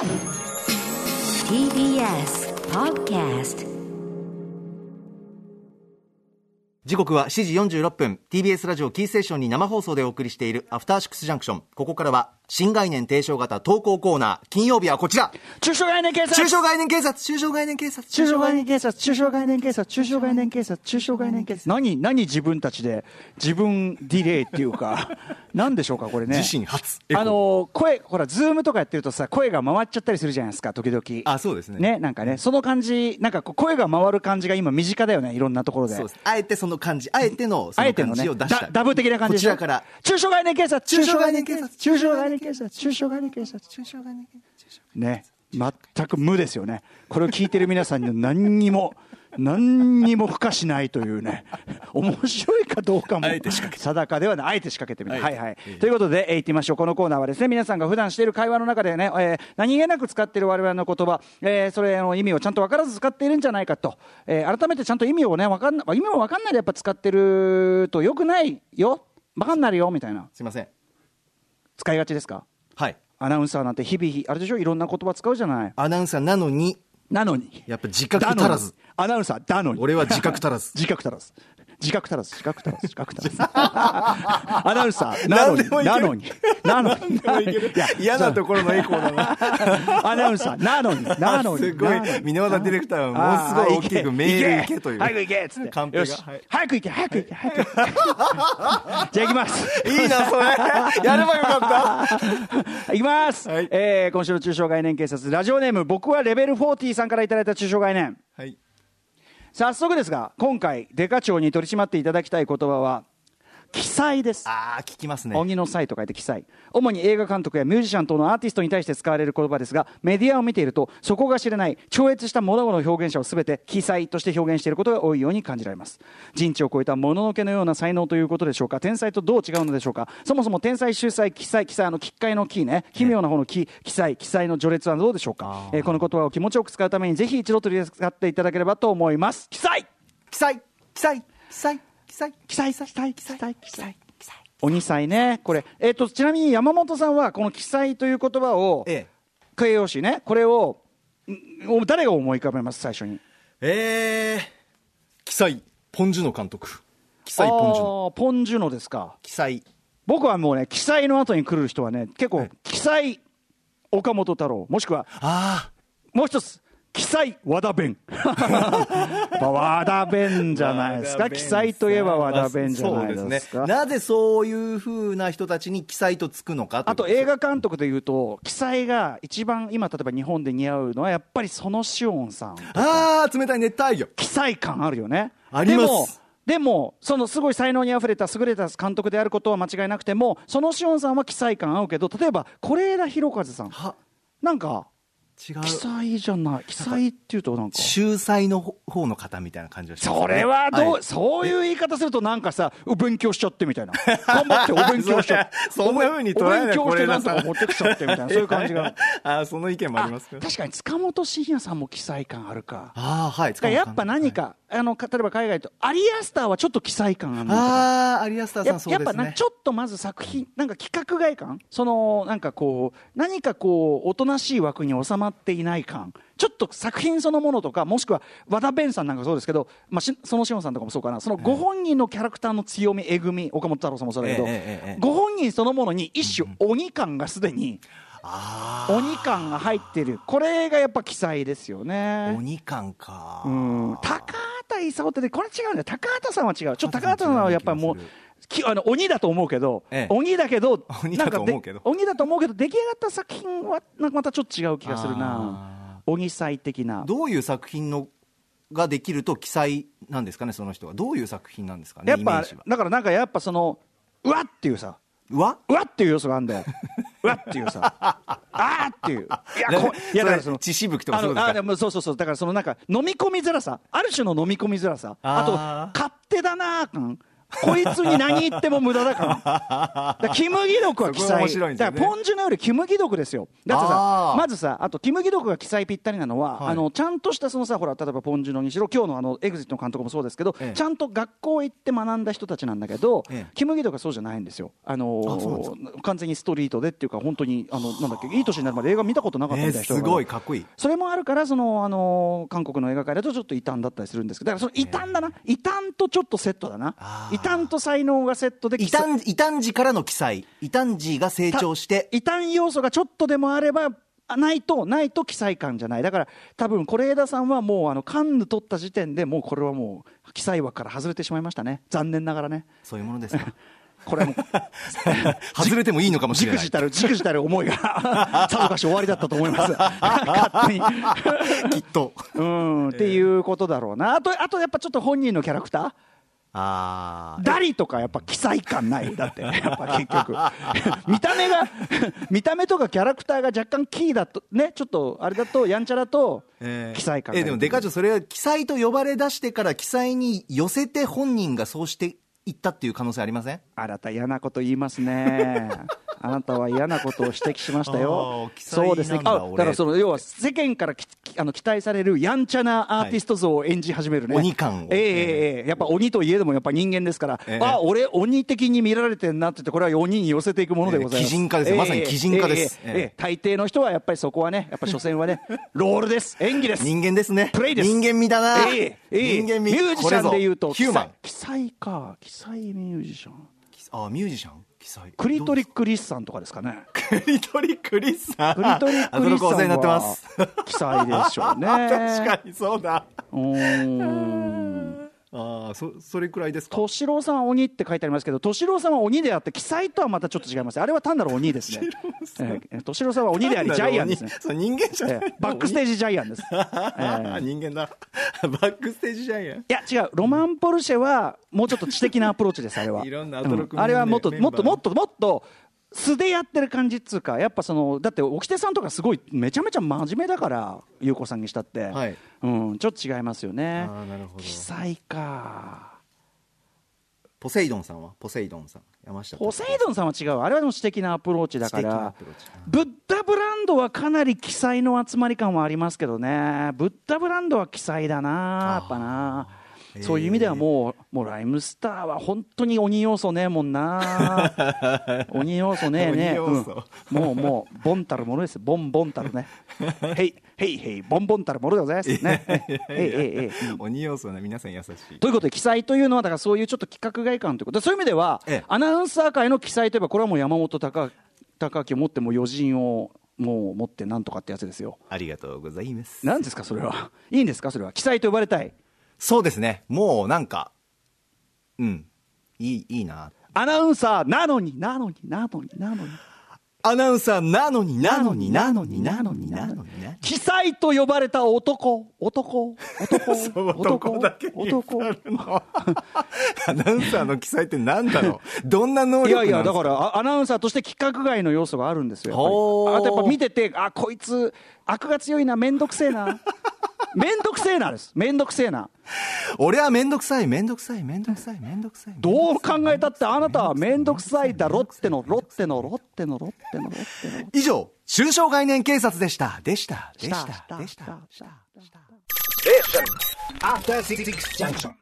TBS Podcast。 時刻は7時46分 TBS ラジオキーステーションに生放送でお送りしているアフターシックスジャンクション。ここからは新概念提唱型投稿コーナー。金曜日はこちら、 中小概念警察、 中小概念警察、中小概念警察、 中小概念警察、中小概念警察、中小概念警察、中小概念警察。何自分たちで自分ディレイっていうか何でしょうかこれね。 自身初声、ほらズームとかやってるとさ、声が回っちゃったりするじゃないですか、時々。 あ、そうですね。 なんかね、その感じ、なんかこう声が回る感じが今身近だよね、いろんなところで。 そうです。あえてその感じ、あえてのその感じを出した、 ダブ的な感じでしょ。 こちらから中小概念警察、 中小概念警察、 中小概念警察、中小概念警察、 中小概念警察ね、全く無ですよね。これを聞いてる皆さんに何にも付加しないというね、面白いかどうかも定かではない、あえて仕掛けてみる。はいはい。ということで、行ってみましょう。このコーナーはですね、皆さんが普段している会話の中でね、何気なく使っている我々の言葉、それの意味をちゃんと分からず使っているんじゃないかと、改めてちゃんと意味をね、意味も分かんないでやっぱ使ってるとよくないよ、分かんないよみたいな。 すいません。 使いがちですか？ はい。 アナウンサーなんて日々あれでしょ、いろんな言葉使うじゃない。 アナウンサーなのにやっぱ自覚足らず。 アナウンサーだのに俺は自覚足らず。 自覚足らず。アナウンサーなのに嫌なところのエコーだな。 アナウンサーなのにすごい。箕輪田ディレクターはものすごい大きくメール行けという。 早く行けっつって。 カンペが。 早く行け。じゃあ行きます。 いいなそれ。やればよかった。 行きます。今週の中小概念警察、ラジオネーム僕はレベル40さんからいただいた中小概念。 はい。 早速ですが、今回デカ長に取り締まっていただきたい言葉は記載です。 聞きますね。 鬼の祭と書いて記載。主に映画監督やミュージシャン等のアーティストに対して使われる言葉ですが、メディアを見ているとそこが知れない超越した物の表現者を全て記載として表現していることが多いように感じられます。人知を超えた物のけのような才能ということでしょうか。天才とどう違うのでしょうか。そもそも天才、秀才、記載、奇怪の記ね、奇妙な方の記載の序列はどうでしょうか。この言葉を気持ちよく使うためにぜひ一度取り扱っていただければと思います。記載。鬼祭ね。これ、ちなみに山本さんはこの記載という言葉を、形容詞ね、これを誰が思い浮かべます？最初に。 記載ポン・ジュノ監督。記載ポン・ジュノですか。 記載。 僕はもうね、記載の後に来る人はね、結構、記載岡本太郎、もしくはもう一つ記載和田弁和田弁じゃないですか。記載といえば和田弁じゃないですか。 なぜそういう風な人たちに記載とつくのか。 あと映画監督でいうと記載が一番今例えば日本で似合うのはやっぱり園子温さん。 冷たい熱帯魚。 記載感あるよね。 あります。 でもそのすごい才能にあふれた優れた監督であることは間違いなくても、園子温さんは記載感合うけど、例えば是枝裕和さんなんか違う。記載じゃない。記載っていうとなんか秀才の方の方みたいな感じがしますね。 それはそういう言い方するとなんかさ、お勉強しちゃってみたいな。頑張ってお勉強しちゃって。 そんな風に捉えない。 お勉強してなんとか持ってきちゃってみたいな、そういう感じが。 その意見もありますけど。 確かに塚本慎也さんも記載感あるか。 はい。 やっぱ何か、例えば海外とアリアスターはちょっと記載感あるんだけど。 アリアスターさんそうですね。 やっぱちょっとまず作品なんか企画外感、そのなんかこう何かこうおとなしい枠に収まっていない感、ちょっと作品そのものとか、もしくは和田弁さんなんかそうですけど、そのしおさんとかもそうかな、そのご本人のキャラクターの強み、えぐみ、岡本太郎さんもそうだけど、ご本人そのものに一種鬼感がすでに鬼感が入ってる。これがやっぱ記載ですよね。 鬼感か。 高畑勲ってこれ違うんだよ。高畑さんは違う。ちょっと高畑さんはやっぱりもう鬼だと思うけど、鬼だと思うけど出来上がった作品はなんかまたちょっと違う気がするな。鬼祭的な。 どういう作品ができると記載なんですかね。その人がどういう作品なんですかね。 やっぱだからなんかやっぱそのうわっていうさ、うわっていう要素があるんだよ。うわっていうさ、っていう。いやだからその血しぶきとかそうですか。 でもそうだからそのなんか飲み込みづらさ、ある種の飲み込みづらさ、あと勝手だな感。 こいつに何言っても無駄だから。キムギ毒は記載。だからポンジュのよりキムギ毒ですよ。だってさ、まずさ、あとキムギ毒が記載ぴったりなのは、はい、ちゃんとしたそのさ、ほら例えばポンジュのにしろ、今日のエグジットの監督もそうですけど、ちゃんと学校行って学んだ人たちなんだけど、キムギ毒はそうじゃないんですよ。完全にストリートでっていうか、本当になんだっけ、いい年になるまで映画見たことなかったみたいな人が、 すごいかっこいい。それもあるから、その韓国の映画界だとちょっと異端だったりするんですけど、だからその異端だな、異端とちょっとセットだな。異端と才能がセットで、異端児からの記載、異端児が成長して異端要素がちょっとでもあればないと記載感じゃない。だから多分是枝さんはもうカンヌ取った時点でもうこれはもう記載枠から外れてしまいましたね。残念ながらね。 そういうものですか。 これはもう外れてもいいのかもしれない。 じくじたる思いがさぞかし終わりだったと思います勝手にきっとっていうことだろうな。あとやっぱちょっと本人のキャラクター、ダリとかやっぱ記載感ない。だってやっぱ結局見た目とかキャラクターが若干キーだとね、ちょっとあれだとやんちゃだと記載感ない。 でもデカ長、それは記載と呼ばれ出してから記載に寄せて本人がそうしていったっていう可能性ありません？ あなた嫌なこと言いますねあなたは嫌なことを指摘しましたよ。そうですね。だからその要は世間から期待されるやんちゃなアーティスト像を演じ始めるね。 鬼感を。 やっぱ鬼といえどもやっぱ人間ですから、俺鬼的に見られてんなって言って、これは鬼に寄せていくものでございます。 擬人化ですよ。まさに擬人化です。 大抵の人はやっぱりそこはね、やっぱ所詮はねロールです。演技です。 人間ですね。 プレイです。 人間味だな。 人間味。ミュージシャンでいうとヒューマン。 記載ミュージシャン。 ミュージシャン。 クリトリック・リスさんとかですかね。 クリトリック・リスさん。 クリトリック・リスさんは記載でしょうね。 確かにそうだ。それくらいですか。 敏郎さんは鬼って書いてありますけど、敏郎さんは鬼であって記載とはまたちょっと違います。あれは単なる鬼ですね。敏郎さんは鬼でありジャイアンですね。 人間じゃない。 バックステージジャイアンです。 人間だ。バックステージジャイアン。いや違う、ロマンポルシェはもうちょっと知的なアプローチです。あれは。 いろんなアトロク、 あれはもっと素でやってる感じっつうか、やっぱだって沖手さんとかすごいめちゃめちゃ真面目だから、優子さんにしたって、ちょっと違いますよね。 なるほど。 記載か。 ポセイドンさんは山下ポセイドンさんは違う。あれは知的なアプローチだから。ブッダブランドはかなり記載の集まり感はありますけどね。ブッダブランドは記載だな、やっぱな。そういう意味ではもうライムスターは本当に鬼要素ねえもんな鬼要素ねえね、もうボンたるものです。ボンたるねへいボンたるものでございますね鬼要素は、ね、皆さん優しいということで、記載というのはだからそういうちょっと規格外感ということで、そういう意味ではアナウンサー界の記載といえば、これはもう山本隆明をもっても余人をもう持ってなんとかってやつですよ。 ありがとうございます。 何ですかそれは。いいんですかそれは。記載と呼ばれたい。 そうですね。もうなんかいいな。 アナウンサーなのにアナウンサーなのに記載と呼ばれた男男だけにアナウンサーの記載って何だろうどんな能力なんですか。 いやだからアナウンサーとして規格外の要素があるんですよ。あとやっぱ見てて、こいつ悪が強いな、めんどくせえなめんどくせえな。俺はめんどくさい。どう考えたってあなたはめんどくさいだろっての。 以上、中小概念警察でした。 After 66 junction.